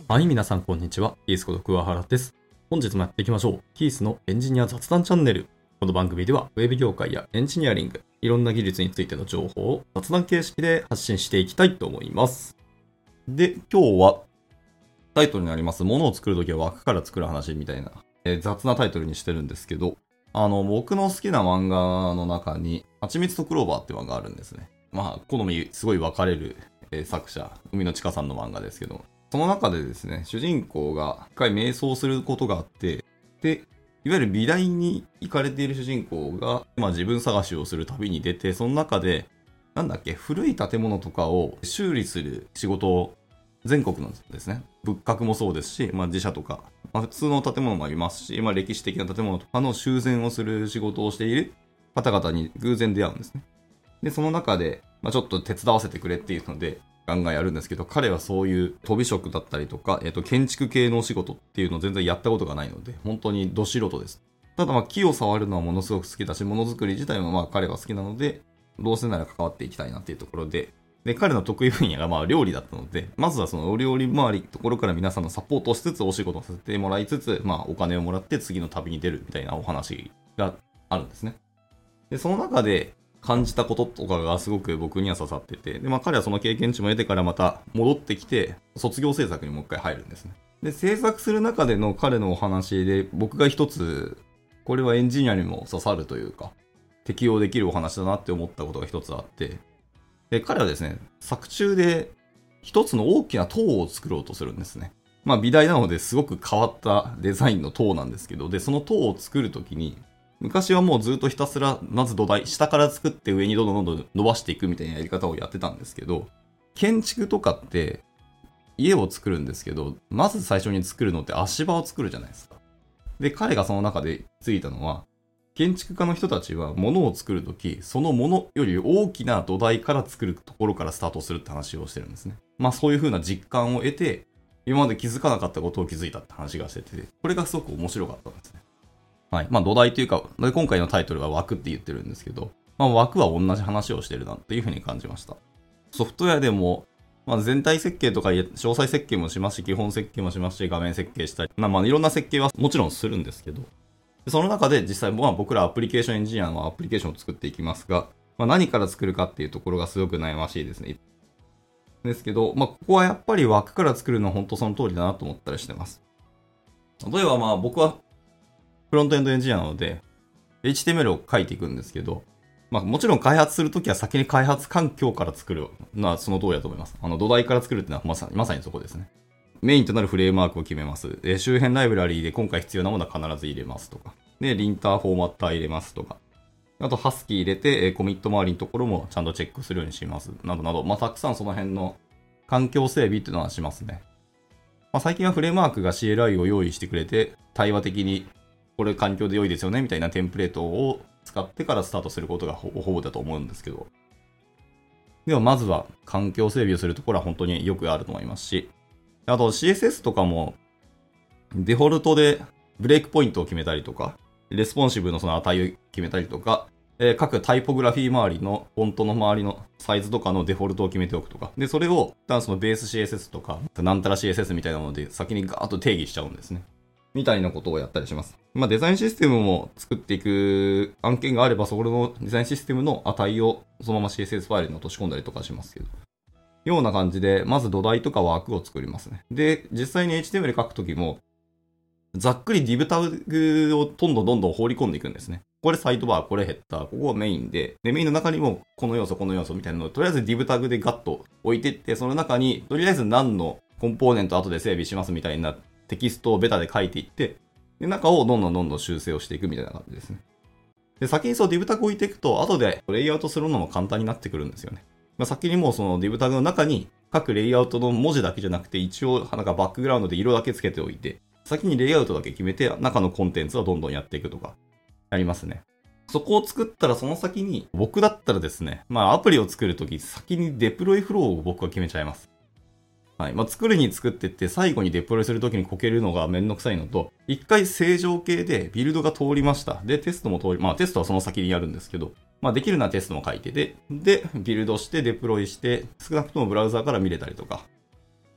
はい、皆さんこんにちは。キースこと桑原です。本日もやっていきましょう。キースのエンジニア雑談チャンネル。この番組では、ウェブ業界やエンジニアリング、いろんな技術についての情報を雑談形式で発信していきたいと思います。で、今日はタイトルにあります、ものを作るときは枠から作る話みたいな、雑なタイトルにしてるんですけど、僕の好きな漫画の中に、はちみつとクローバーって漫画があるんですね。好みすごい分かれる、作者、海野千佳さんの漫画ですけど、その中でですね、主人公が一回瞑想することがあって、で、いわゆる美大に行かれている主人公が、自分探しをする旅に出て、その中で、古い建物とかを修理する仕事を全国のですね、仏閣もそうですし、自社とか、普通の建物もありますし、歴史的な建物とかの修繕をする仕事をしている方々に偶然出会うんですね。で、その中で、ちょっと手伝わせてくれっていうので、ガンガンやるんですけど、彼はそういう飛び職だったりとか、建築系のお仕事っていうのを全然やったことがないので、本当にど素人です。ただ木を触るのはものすごく好きだし、ものづくり自体も彼は好きなので、どうせなら関わっていきたいなっていうところで、彼の得意分野が料理だったので、まずはそのお料理周りところから皆さんのサポートをしつつお仕事をさせてもらいつつ、お金をもらって次の旅に出るみたいなお話があるんですね。で、その中で、感じたこととかがすごく僕には刺さってて、で、彼はその経験値も得てからまた戻ってきて、卒業制作にもう一回入るんですね。で、制作する中での彼のお話で、僕が一つ、これはエンジニアにも刺さるというか、適用できるお話だなって思ったことが一つあって、で、彼はですね、作中で一つの大きな塔を作ろうとするんですね。美大なのですごく変わったデザインの塔なんですけど、で、その塔を作るときに、昔はもうずっとひたすら、まず土台、下から作って上にどんどん伸ばしていくみたいなやり方をやってたんですけど、建築とかって家を作るんですけど、まず最初に作るのって足場を作るじゃないですか。で、彼がその中でついたのは、建築家の人たちは物を作るとき、その物より大きな土台から作るところからスタートするって話をしてるんですね。そういう風な実感を得て、今まで気づかなかったことを気づいたって話がしてて、これがすごく面白かったんですね。はい。土台というか、今回のタイトルは枠って言ってるんですけど、枠は同じ話をしてるなっていうふうに感じました。ソフトウェアでも、全体設計とか詳細設計もしますし、基本設計もしますし、画面設計したり、いろんな設計はもちろんするんですけど、その中で実際、僕らアプリケーションエンジニアのアプリケーションを作っていきますが、何から作るかっていうところがすごく悩ましいですね。ですけど、ここはやっぱり枠から作るのは本当その通りだなと思ったりしてます。例えば僕はフロントエンドエンジニアなので、HTML を書いていくんですけど、もちろん開発するときは先に開発環境から作るのはその通りだと思います。土台から作るっていうのはまさにそこですね。メインとなるフレームワークを決めます。周辺ライブラリーで今回必要なものは必ず入れますとか。で、リンターフォーマッター入れますとか。あと、ハスキー入れて、コミット周りのところもちゃんとチェックするようにします。などなど、たくさんその辺の環境整備っていうのはしますね。最近はフレームワークが CLI を用意してくれて、対話的にこれ環境で良いですよねみたいなテンプレートを使ってからスタートすることがほぼだと思うんですけど。ではまずは環境整備をするところは本当によくあると思いますし、あと CSS とかもデフォルトでブレイクポイントを決めたりとか、レスポンシブのその値を決めたりとか、各タイポグラフィー周りのフォントの周りのサイズとかのデフォルトを決めておくとか。で、それをそのベース CSS とか、なんたら CSS みたいなもので先にガーッと定義しちゃうんですね。みたいなことをやったりします。デザインシステムも作っていく案件があれば、そこのデザインシステムの値をそのまま CSS ファイルに落とし込んだりとかしますけど。ような感じで、まず土台とか枠を作りますね。で、実際に HTML 書くときも、ざっくり div タグをどんどん放り込んでいくんですね。これサイドバー、これヘッダー、ここはメインで、メインの中にもこの要素みたいなのをとりあえず div タグでガッと置いていって、その中にとりあえず何のコンポーネント後で整備しますみたいなテキストをベタで書いていって、で、中をどんどん修正をしていくみたいな感じですね。で、先にdiv タグ置いていくと、後でレイアウトするのも簡単になってくるんですよね。先にもうその div タグの中に各レイアウトの文字だけじゃなくて、一応バックグラウンドで色だけつけておいて、先にレイアウトだけ決めて、中のコンテンツはどんどんやっていくとか、やりますね。そこを作ったらその先に、僕だったらですね、アプリを作るとき、先にデプロイフローを僕は決めちゃいます。はい。作るに作ってって最後にデプロイするときにこけるのがめんどくさいのと、一回正常形でビルドが通りました。で、テストも通り、テストはその先にやるんですけど、できるならテストも書いてで、ビルドしてデプロイして、少なくともブラウザーから見れたりとか、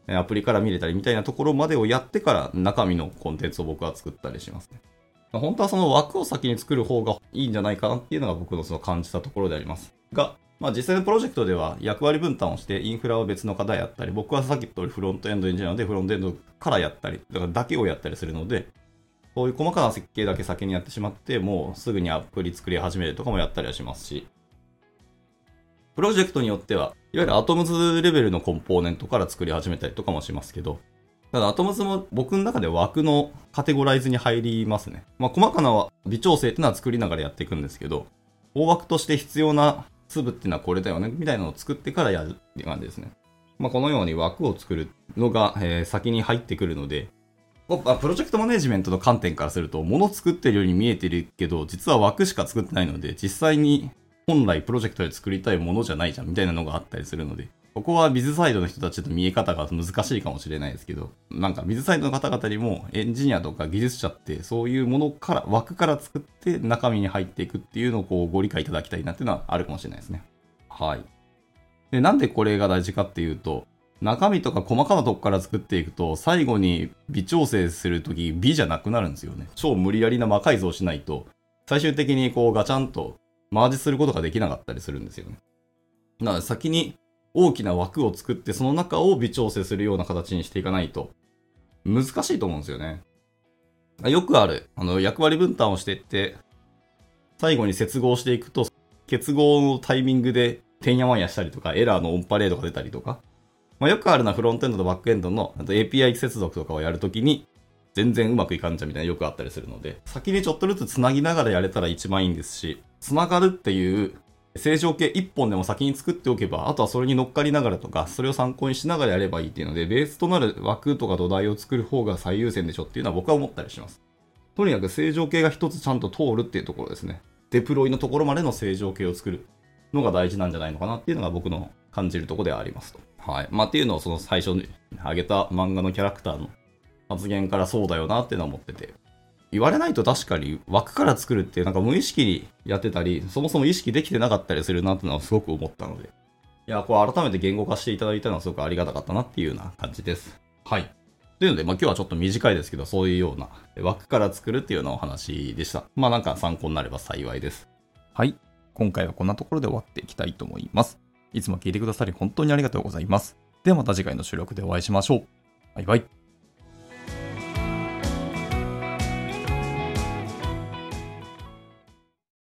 アプリから見れたりみたいなところまでをやってから中身のコンテンツを僕は作ったりしますね。本当はその枠を先に作る方がいいんじゃないかなっていうのが僕のその感じたところであります。が、実際のプロジェクトでは役割分担をしてインフラは別の方やったり、僕はさっき言った通りフロントエンドエンジニアでフロントエンドからやったり、だけをやったりするので、そういう細かな設計だけ先にやってしまって、もうすぐにアプリ作り始めるとかもやったりはしますし、プロジェクトによっては、いわゆるアトムズレベルのコンポーネントから作り始めたりとかもしますけど、ただアトムズも僕の中で枠のカテゴライズに入りますね。細かな微調整っていうのは作りながらやっていくんですけど、大枠として必要な粒っていうのはこれだよね、みたいなのを作ってからやるっていう感じですね。このように枠を作るのが、先に入ってくるので、プロジェクトマネジメントの観点からすると、物作ってるように見えてるけど、実は枠しか作ってないので、実際に本来プロジェクトで作りたいものじゃないじゃんみたいなのがあったりするので、ここはビズサイドの人たちと見え方が難しいかもしれないですけど、ビズサイドの方々にもエンジニアとか技術者ってそういうものから、枠から作って中身に入っていくっていうのをご理解いただきたいなっていうのはあるかもしれないですね。はい。で、なんでこれが大事かっていうと、中身とか細かなとこから作っていくと、最後に微調整するとき微じゃなくなるんですよね。超無理やりな魔改造しないと、最終的にガチャンとマージすることができなかったりするんですよね。なので先に大きな枠を作って、その中を微調整するような形にしていかないと、難しいと思うんですよね。よくある、役割分担をしていって、最後に接合していくと、結合のタイミングでてんやわんやしたりとか、エラーのオンパレードが出たりとか、よくあるのはフロントエンドとバックエンドのAPI 接続とかをやるときに全然うまくいかんじゃんみたいなよくあったりするので、先にちょっとずつ繋ぎながらやれたら一番いいんですし、繋がるっていう正常形一本でも先に作っておけば、あとはそれに乗っかりながらとか、それを参考にしながらやればいいっていうので、ベースとなる枠とか土台を作る方が最優先でしょっていうのは僕は思ったりします。とにかく正常形が一つちゃんと通るっていうところですね。デプロイのところまでの正常形を作るのが大事なんじゃないのかなっていうのが僕の感じるところではありますと。はい。っていうのをその最初に挙げた漫画のキャラクターの発言からそうだよなっていうのは思ってて。言われないと確かに枠から作るって無意識にやってたり、そもそも意識できてなかったりするなっていうのはすごく思ったので。いや、これ改めて言語化していただいたのはすごくありがたかったなっていうような感じです。はい。というので、今日はちょっと短いですけど、そういうような枠から作るっていうようなお話でした。参考になれば幸いです。はい。今回はこんなところで終わっていきたいと思います。いつも聞いてくださり本当にありがとうございます。ではまた次回の収録でお会いしましょう。バイバイ。